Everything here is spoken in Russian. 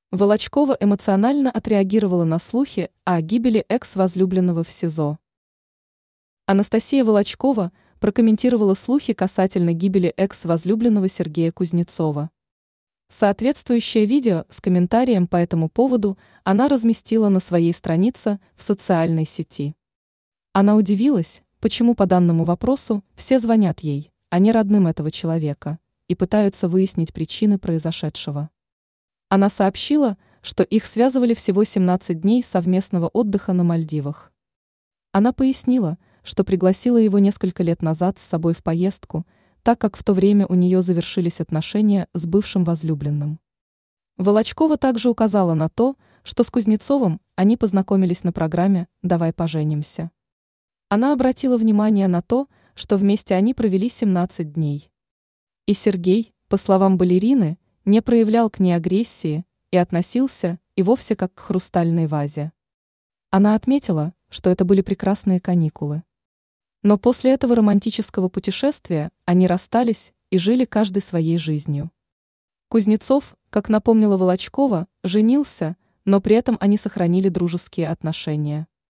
Волочкова эмоционально отреагировала на слухи о гибели экс-возлюбленного в СИЗО. Анастасия Волочкова прокомментировала слухи касательно гибели экс-возлюбленного Сергея Кузнецова. Соответствующее видео с комментарием по этому поводу она разместила на своей странице в социальной сети. Она удивилась, почему по данному вопросу все звонят ей, а не родным этого человека, и пытаются выяснить причины произошедшего. Она сообщила, что их связывали всего 17 дней совместного отдыха на Мальдивах. Она пояснила, что пригласила его несколько лет назад с собой в поездку, так как в то время у нее завершились отношения с бывшим возлюбленным. Волочкова также указала на то, что с Кузнецовым они познакомились на программе «Давай поженимся». Она обратила внимание на то, что вместе они провели 17 дней. И Сергей, по словам балерины, не проявлял к ней агрессии и относился и вовсе как к хрустальной вазе. Она отметила, что это были прекрасные каникулы. Но после этого романтического путешествия они расстались и жили каждый своей жизнью. Кузнецов, как напомнила Волочкова, женился, но при этом они сохранили дружеские отношения.